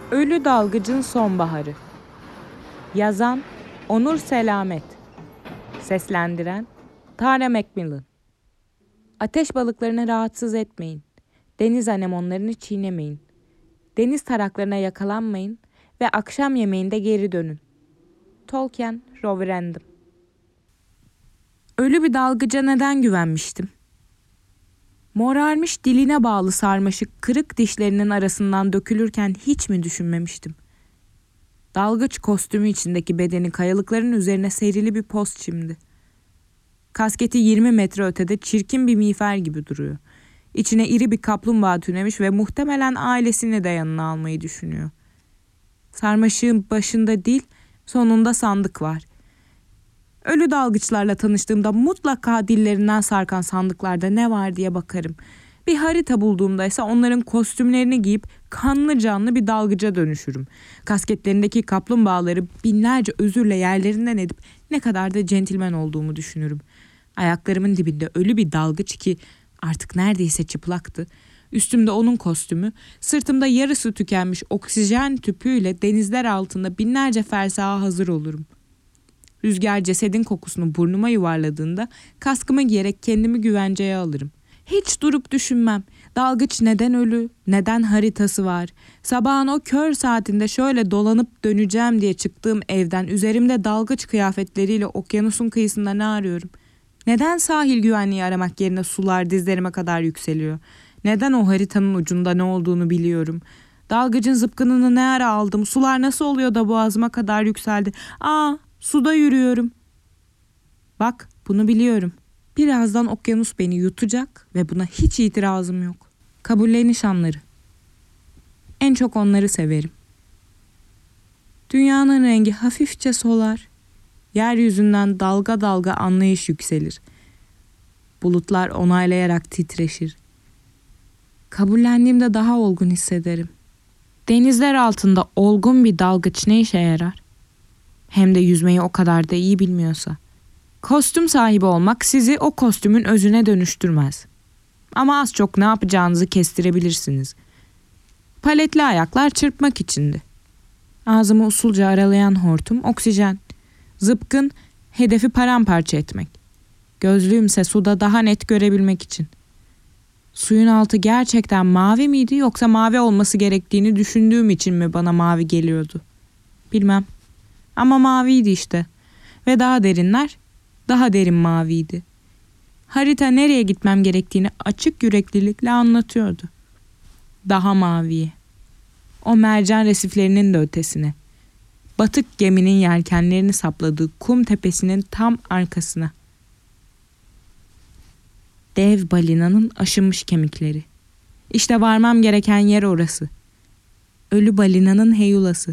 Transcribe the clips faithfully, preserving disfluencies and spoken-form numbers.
Ölü Dalgıcın Sonbaharı. Yazan Onur Selamet. Seslendiren Tara Macmillan. Ateş balıklarını rahatsız etmeyin. Deniz anemonlarını çiğnemeyin. Deniz taraklarına yakalanmayın ve akşam yemeğinde geri dönün. Tolkien, Roverandom. Ölü bir dalgıca neden güvenmiştim? Morarmış diline bağlı sarmaşık kırık dişlerinin arasından dökülürken hiç mi düşünmemiştim? Dalgıç kostümü içindeki bedeni kayalıkların üzerine serili bir post şimdi. Kasketi yirmi metre ötede çirkin bir miğfer gibi duruyor. İçine iri bir kaplumbağa tünemiş ve muhtemelen ailesini de yanına almayı düşünüyor. Sarmaşığın başında değil, sonunda sandık var. Ölü dalgıçlarla tanıştığımda mutlaka dillerinden sarkan sandıklarda ne var diye bakarım. Bir harita bulduğumda ise onların kostümlerini giyip kanlı canlı bir dalgıca dönüşürüm. Kasketlerindeki kaplumbağaları binlerce özürle yerlerinden edip ne kadar da centilmen olduğumu düşünürüm. Ayaklarımın dibinde ölü bir dalgıç ki artık neredeyse çıplaktı. Üstümde onun kostümü, sırtımda yarısı tükenmiş oksijen tüpüyle denizler altında binlerce fersaha hazır olurum. Rüzgar cesedin kokusunu burnuma yuvarladığında kaskımı giyerek kendimi güvenceye alırım. Hiç durup düşünmem. Dalgıç neden ölü, neden haritası var? Sabahın o kör saatinde şöyle dolanıp döneceğim diye çıktığım evden üzerimde dalgıç kıyafetleriyle okyanusun kıyısında ne arıyorum? Neden sahil güvenliği aramak yerine sular dizlerime kadar yükseliyor? Neden o haritanın ucunda ne olduğunu biliyorum? Dalgıcın zıpkınını ne ara aldım? Sular nasıl oluyor da boğazıma kadar yükseldi? Aa, suda yürüyorum. Bak, bunu biliyorum. Birazdan okyanus beni yutacak ve buna hiç itirazım yok. Kabulleniş anları. En çok onları severim. Dünyanın rengi hafifçe solar. Yeryüzünden dalga dalga anlayış yükselir. Bulutlar onaylayarak titreşir. Kabullendiğimde daha olgun hissederim. Denizler altında olgun bir dalgıç ne işe yarar? Hem de yüzmeyi o kadar da iyi bilmiyorsa. Kostüm sahibi olmak sizi o kostümün özüne dönüştürmez. Ama az çok ne yapacağınızı kestirebilirsiniz. Paletli ayaklar çırpmak içindi. Ağzımı usulca aralayan hortum oksijen. Zıpkın hedefi paramparça etmek. Gözlüğümse suda daha net görebilmek için. Suyun altı gerçekten mavi miydi yoksa mavi olması gerektiğini düşündüğüm için mi bana mavi geliyordu? Bilmem. Ama maviydi işte. Ve daha derinler daha derin maviydi. Harita nereye gitmem gerektiğini açık yüreklilikle anlatıyordu. Daha maviye. O mercan resiflerinin de ötesine. Batık geminin yelkenlerini sapladığı kum tepesinin tam arkasına. Dev balinanın aşınmış kemikleri. İşte varmam gereken yer orası. Ölü balinanın heyulası.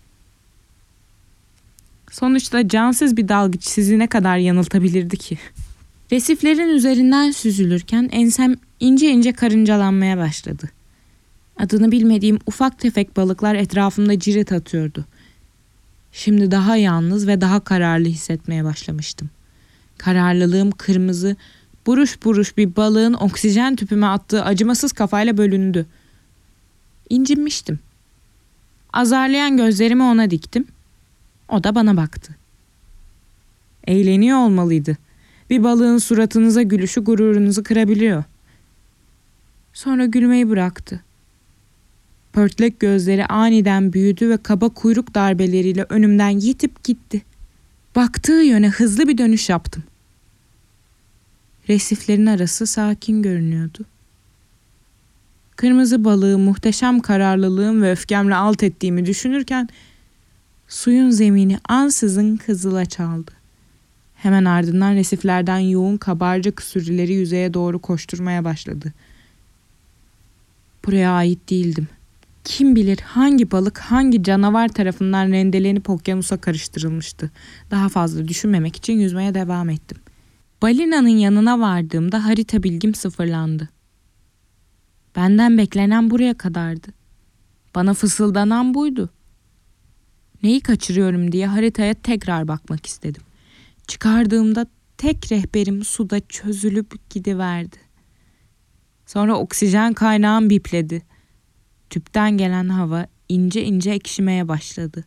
Sonuçta cansız bir dalgıç sizi ne kadar yanıltabilirdi ki? Resiflerin üzerinden süzülürken ensem ince ince karıncalanmaya başladı. Adını bilmediğim ufak tefek balıklar etrafımda cirit atıyordu. Şimdi daha yalnız ve daha kararlı hissetmeye başlamıştım. Kararlılığım kırmızı, buruş buruş bir balığın oksijen tüpüme attığı acımasız kafayla bölündü. İncinmiştim. Azarlayan gözlerimi ona diktim. O da bana baktı. Eğleniyor olmalıydı. Bir balığın suratınıza gülüşü gururunuzu kırabiliyor. Sonra gülmeyi bıraktı. Pörtlek gözleri aniden büyüdü ve kaba kuyruk darbeleriyle önümden yitip gitti. Baktığı yöne hızlı bir dönüş yaptım. Resiflerin arası sakin görünüyordu. Kırmızı balığı muhteşem kararlılığım ve öfkemle alt ettiğimi düşünürken suyun zemini ansızın kızıla çaldı. Hemen ardından resiflerden yoğun kabarcık sürüleri yüzeye doğru koşturmaya başladı. Buraya ait değildim. Kim bilir hangi balık hangi canavar tarafından rendelenip okyanusa karıştırılmıştı. Daha fazla düşünmemek için yüzmeye devam ettim. Balinanın yanına vardığımda harita bilgim sıfırlandı. Benden beklenen buraya kadardı. Bana fısıldanan buydu. Neyi kaçırıyorum diye haritaya tekrar bakmak istedim. Çıkardığımda tek rehberim suda çözülüp gidiverdi. Sonra oksijen kaynağım bipledi. Tüpten gelen hava ince ince ekşimeye başladı.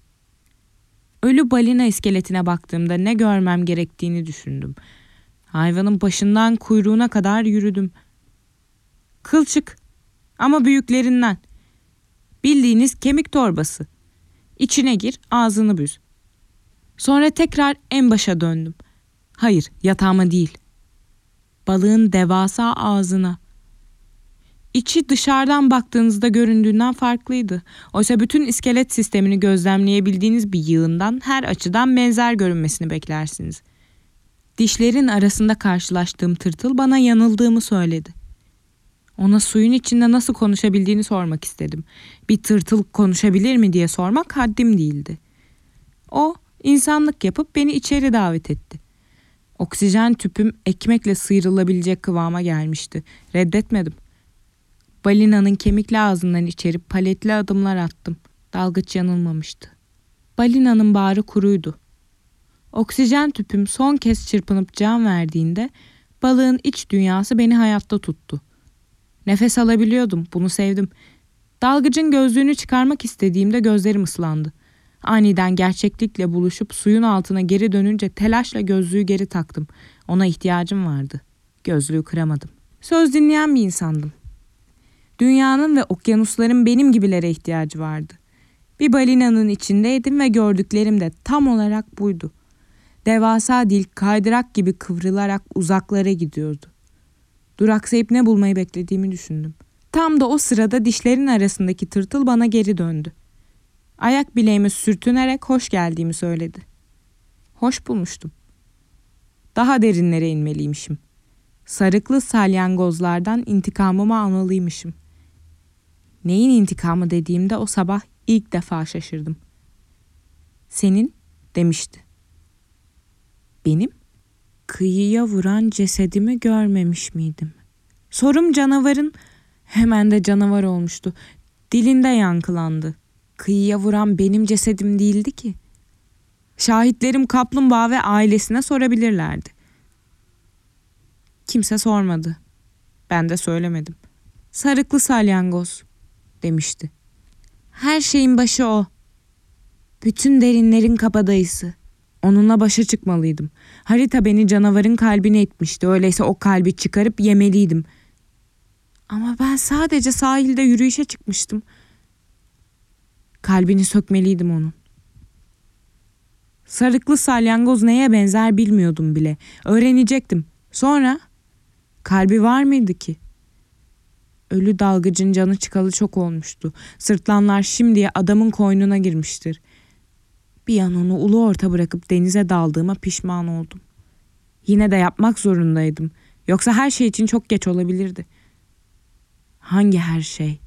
Ölü balina iskeletine baktığımda ne görmem gerektiğini düşündüm. Hayvanın başından kuyruğuna kadar yürüdüm. Kılçık ama büyüklerinden. Bildiğiniz kemik torbası. İçine gir, ağzını büz. Sonra tekrar en başa döndüm. Hayır, yatağıma değil. Balığın devasa ağzına. İçi dışarıdan baktığınızda göründüğünden farklıydı. Oysa bütün iskelet sistemini gözlemleyebildiğiniz bir yığından her açıdan benzer görünmesini beklersiniz. Dişlerin arasında karşılaştığım tırtıl bana yanıldığımı söyledi. Ona suyun içinde nasıl konuşabildiğini sormak istedim. Bir tırtıl konuşabilir mi diye sormak haddim değildi. O, insanlık yapıp beni içeri davet etti. Oksijen tüpüm ekmekle sıyrılabilecek kıvama gelmişti. Reddetmedim. Balinanın kemikli ağzından içeri paletli adımlar attım. Dalgıç yanılmamıştı. Balinanın bağrı kuruydu. Oksijen tüpüm son kez çırpınıp can verdiğinde balığın iç dünyası beni hayatta tuttu. Nefes alabiliyordum, bunu sevdim. Dalgıcın gözlüğünü çıkarmak istediğimde gözlerim ıslandı. Aniden gerçeklikle buluşup suyun altına geri dönünce telaşla gözlüğü geri taktım. Ona ihtiyacım vardı. Gözlüğü kıramadım. Söz dinleyen bir insandım. Dünyanın ve okyanusların benim gibilere ihtiyacı vardı. Bir balinanın içindeydim ve gördüklerim de tam olarak buydu. Devasa dil kaydırak gibi kıvrılarak uzaklara gidiyordu. Duraksayıp ne bulmayı beklediğimi düşündüm. Tam da o sırada dişlerin arasındaki tırtıl bana geri döndü. Ayak bileğimi sürtünerek hoş geldiğimi söyledi. Hoş bulmuştum. Daha derinlere inmeliymişim. Sarıklı salyangozlardan intikamımı almalıymışım. Neyin intikamı dediğimde o sabah ilk defa şaşırdım. Senin demişti. Benim? Kıyıya vuran cesedimi görmemiş miydim? Sorum canavarın hemen de canavar olmuştu. Dilinde yankılandı. Kıyıya vuran benim cesedim değildi ki. Şahitlerim kaplumbağa ve ailesine sorabilirlerdi. Kimse sormadı. Ben de söylemedim. Sarıklı salyangoz demişti. Her şeyin başı o. Bütün derinlerin kabadayısı. Onunla başa çıkmalıydım. Harita beni canavarın kalbine etmişti. Öyleyse o kalbi çıkarıp yemeliydim. Ama ben sadece sahilde yürüyüşe çıkmıştım. Kalbini sökmeliydim onun. Sarıklı salyangoz neye benzer bilmiyordum bile. Öğrenecektim. Sonra kalbi var mıydı ki? Ölü dalgıcın canı çıkalı çok olmuştu. Sırtlanlar şimdiye adamın koynuna girmiştir. Bir an onu ulu orta bırakıp denize daldığıma pişman oldum. Yine de yapmak zorundaydım. Yoksa her şey için çok geç olabilirdi. Hangi her şey?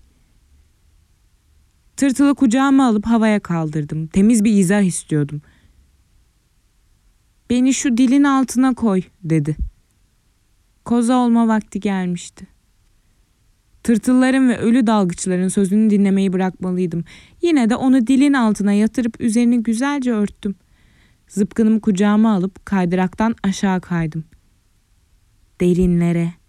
Tırtılı kucağıma alıp havaya kaldırdım. Temiz bir izah istiyordum. Beni şu dilin altına koy dedi. Koza olma vakti gelmişti. Tırtılların ve ölü dalgıçların sözünü dinlemeyi bırakmalıydım. Yine de onu dilin altına yatırıp üzerini güzelce örttüm. Zıpkınımı kucağıma alıp kaydıraktan aşağı kaydım. Derinlere.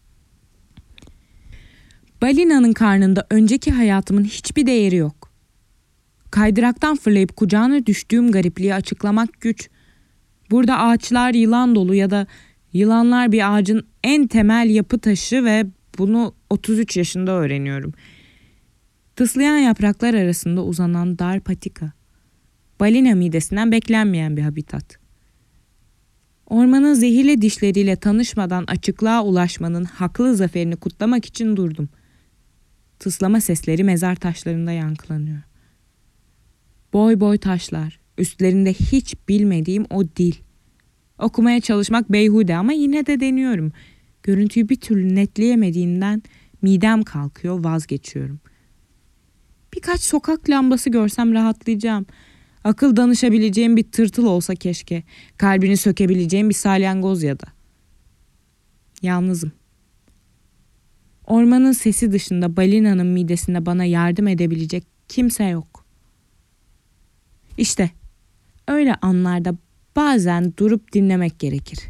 Balinanın karnında önceki hayatımın hiçbir değeri yok. Kaydıraktan fırlayıp kucağına düştüğüm garipliği açıklamak güç. Burada ağaçlar yılan dolu ya da yılanlar bir ağacın en temel yapı taşı ve bunu otuz üç yaşında öğreniyorum. Tıslayan yapraklar arasında uzanan dar patika. Balina midesinden beklenmeyen bir habitat. Ormanın zehirli dişleriyle tanışmadan açıklığa ulaşmanın haklı zaferini kutlamak için durdum. Tıslama sesleri mezar taşlarında yankılanıyor. Boy boy taşlar, üstlerinde hiç bilmediğim o dil. Okumaya çalışmak beyhude ama yine de deniyorum. Görüntüyü bir türlü netleyemediğimden midem kalkıyor, vazgeçiyorum. Birkaç sokak lambası görsem rahatlayacağım. Akıl danışabileceğim bir tırtıl olsa keşke. Kalbini sökebileceğim bir salyangoz ya da. Yalnızım. Ormanın sesi dışında balinanın midesinde bana yardım edebilecek kimse yok. İşte öyle anlarda bazen durup dinlemek gerekir.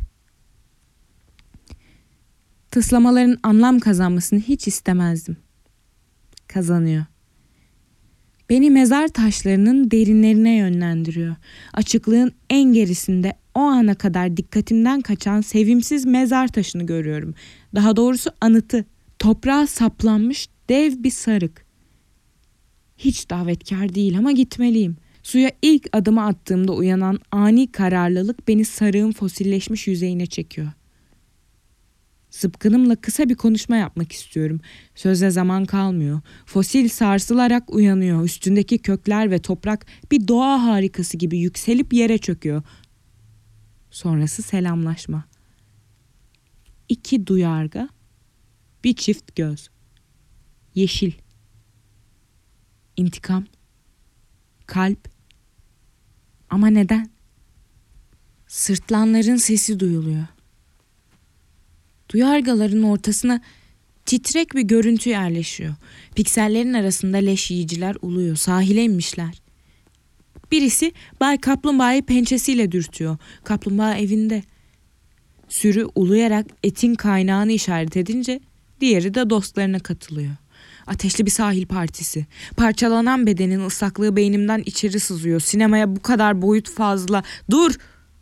Tıslamaların anlam kazanmasını hiç istemezdim. Kazanıyor. Beni mezar taşlarının derinlerine yönlendiriyor. Açıklığın en gerisinde o ana kadar dikkatimden kaçan sevimsiz mezar taşını görüyorum. Daha doğrusu anıtı. Toprağa saplanmış dev bir sarık. Hiç davetkar değil ama gitmeliyim. Suya ilk adımı attığımda uyanan ani kararlılık beni sarığın fosilleşmiş yüzeyine çekiyor. Zıpkınımla kısa bir konuşma yapmak istiyorum. Söze zaman kalmıyor. Fosil sarsılarak uyanıyor. Üstündeki kökler ve toprak bir doğa harikası gibi yükselip yere çöküyor. Sonrası selamlaşma. İki duyarga, bir çift göz. Yeşil. İntikam. Kalp. Ama neden? Sırtlanların sesi duyuluyor. Duyargaların ortasına titrek bir görüntü yerleşiyor. Piksellerin arasında leş yiyiciler uluyor. Sahile inmişler. Birisi Bay Kaplumbağa'yı pençesiyle dürtüyor. Kaplumbağa evinde. Sürü uluyarak etin kaynağını işaret edince diğeri de dostlarına katılıyor. Ateşli bir sahil partisi. Parçalanan bedenin ıslaklığı beynimden içeri sızıyor. Sinemaya bu kadar boyut fazla. Dur!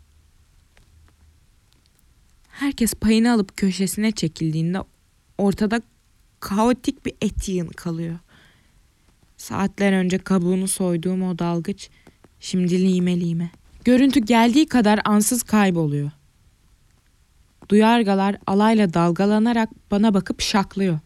Herkes payını alıp köşesine çekildiğinde ortada kaotik bir et yığını kalıyor. Saatler önce kabuğunu soyduğum o dalgıç şimdi lime lime. Görüntü geldiği kadar ansız kayboluyor. Duyargalar alayla dalgalanarak bana bakıp şaklıyor.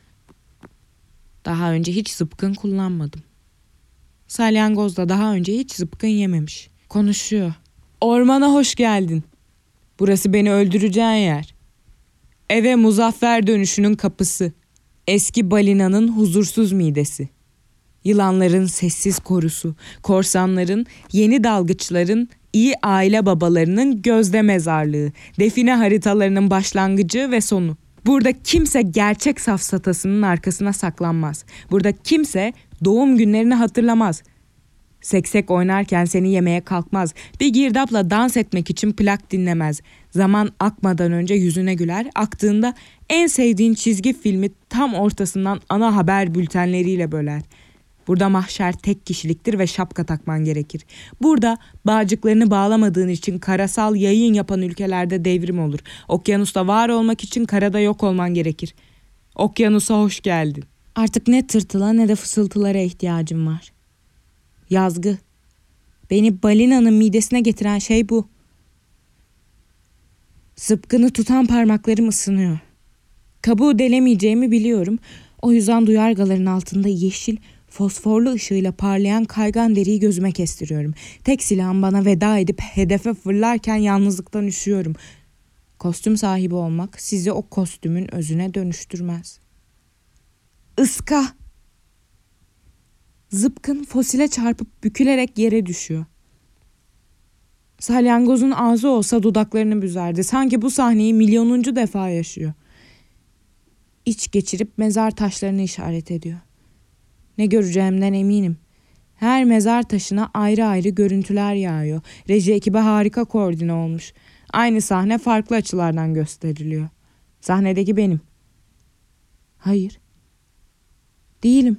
Daha önce hiç zıpkın kullanmadım. Salyangoz da daha önce hiç zıpkın yememiş. Konuşuyor. Ormana hoş geldin. Burası beni öldüreceğin yer. Eve muzaffer dönüşünün kapısı. Eski balinanın huzursuz midesi. Yılanların sessiz korusu. Korsanların, yeni dalgıçların, iyi aile babalarının gözde mezarlığı. Define haritalarının başlangıcı ve sonu. Burada kimse gerçek safsatasının arkasına saklanmaz. Burada kimse doğum günlerini hatırlamaz. Seksek oynarken seni yemeye kalkmaz. Bir girdapla dans etmek için plak dinlemez. Zaman akmadan önce yüzüne güler. Aktığında en sevdiğin çizgi filmi tam ortasından ana haber bültenleriyle böler. Burada mahşer tek kişiliktir ve şapka takman gerekir. Burada bağcıklarını bağlamadığın için karasal yayın yapan ülkelerde devrim olur. Okyanusta var olmak için karada yok olman gerekir. Okyanusa hoş geldin. Artık ne tırtıla ne de fısıltılara ihtiyacım var. Yazgı. Beni balinanın midesine getiren şey bu. Zıpkını tutan parmaklarım ısınıyor. Kabuğu delemeyeceğimi biliyorum. O yüzden duyargaların altında yeşil, fosforlu ışığıyla parlayan kaygan deriyi gözüme kestiriyorum. Tek silahım bana veda edip hedefe fırlarken yalnızlıktan üşüyorum. Kostüm sahibi olmak sizi o kostümün özüne dönüştürmez. Iska! Zıpkın fosile çarpıp bükülerek yere düşüyor. Salyangozun ağzı olsa dudaklarını büzerdi. Sanki bu sahneyi milyonuncu defa yaşıyor. İç geçirip mezar taşlarını işaret ediyor. Ne göreceğimden eminim. Her mezar taşına ayrı ayrı görüntüler yağıyor. Reji ekibi harika koordine olmuş. Aynı sahne farklı açılardan gösteriliyor. Sahnedeki benim. Hayır. Değilim.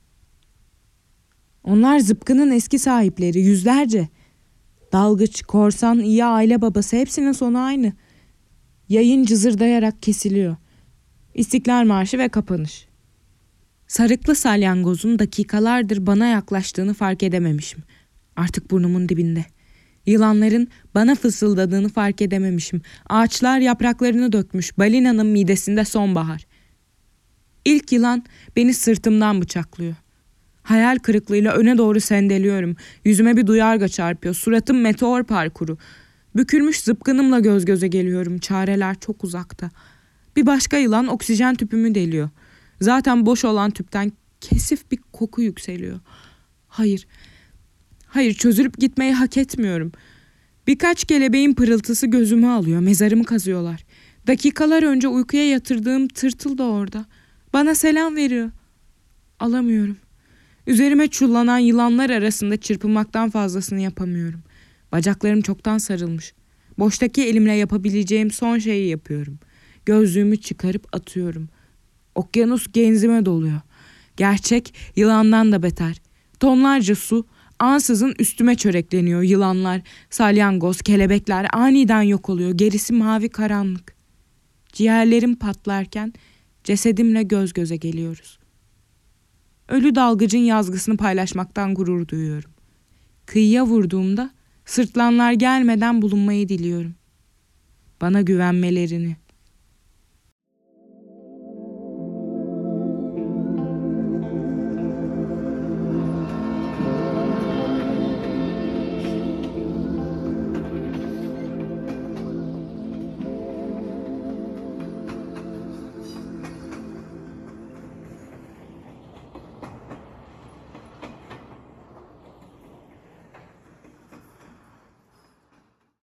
Onlar zıpkının eski sahipleri, yüzlerce. Dalgıç, korsan, iyi aile babası hepsinin sonu aynı. Yayın cızırdayarak kesiliyor. İstiklal Marşı ve kapanış. Sarıklı salyangozun dakikalardır bana yaklaştığını fark edememişim. Artık burnumun dibinde. Yılanların bana fısıldadığını fark edememişim. Ağaçlar yapraklarını dökmüş. Balinanın midesinde sonbahar. İlk yılan beni sırtımdan bıçaklıyor. Hayal kırıklığıyla öne doğru sendeliyorum. Yüzüme bir duyarga çarpıyor. Suratım meteor parkuru. Bükülmüş zıpkınımla göz göze geliyorum. Çareler çok uzakta. Bir başka yılan oksijen tüpümü deliyor. Zaten boş olan tüpten kesif bir koku yükseliyor. Hayır. Hayır, çözülüp gitmeyi hak etmiyorum. Birkaç kelebeğin pırıltısı gözümü alıyor. Mezarımı kazıyorlar. Dakikalar önce uykuya yatırdığım tırtıl da orada. Bana selam veriyor. Alamıyorum. Üzerime çullanan yılanlar arasında çırpınmaktan fazlasını yapamıyorum. Bacaklarım çoktan sarılmış. Boştaki elimle yapabileceğim son şeyi yapıyorum. Gözlüğümü çıkarıp atıyorum. Okyanus genzime doluyor. Gerçek yılandan da beter. Tonlarca su ansızın üstüme çörekleniyor. Yılanlar, salyangoz, kelebekler aniden yok oluyor. Gerisi mavi karanlık. Ciğerlerim patlarken cesedimle göz göze geliyoruz. Ölü dalgıcın yazgısını paylaşmaktan gurur duyuyorum. Kıyıya vurduğumda sırtlanlar gelmeden bulunmayı diliyorum. Bana güvenmelerini,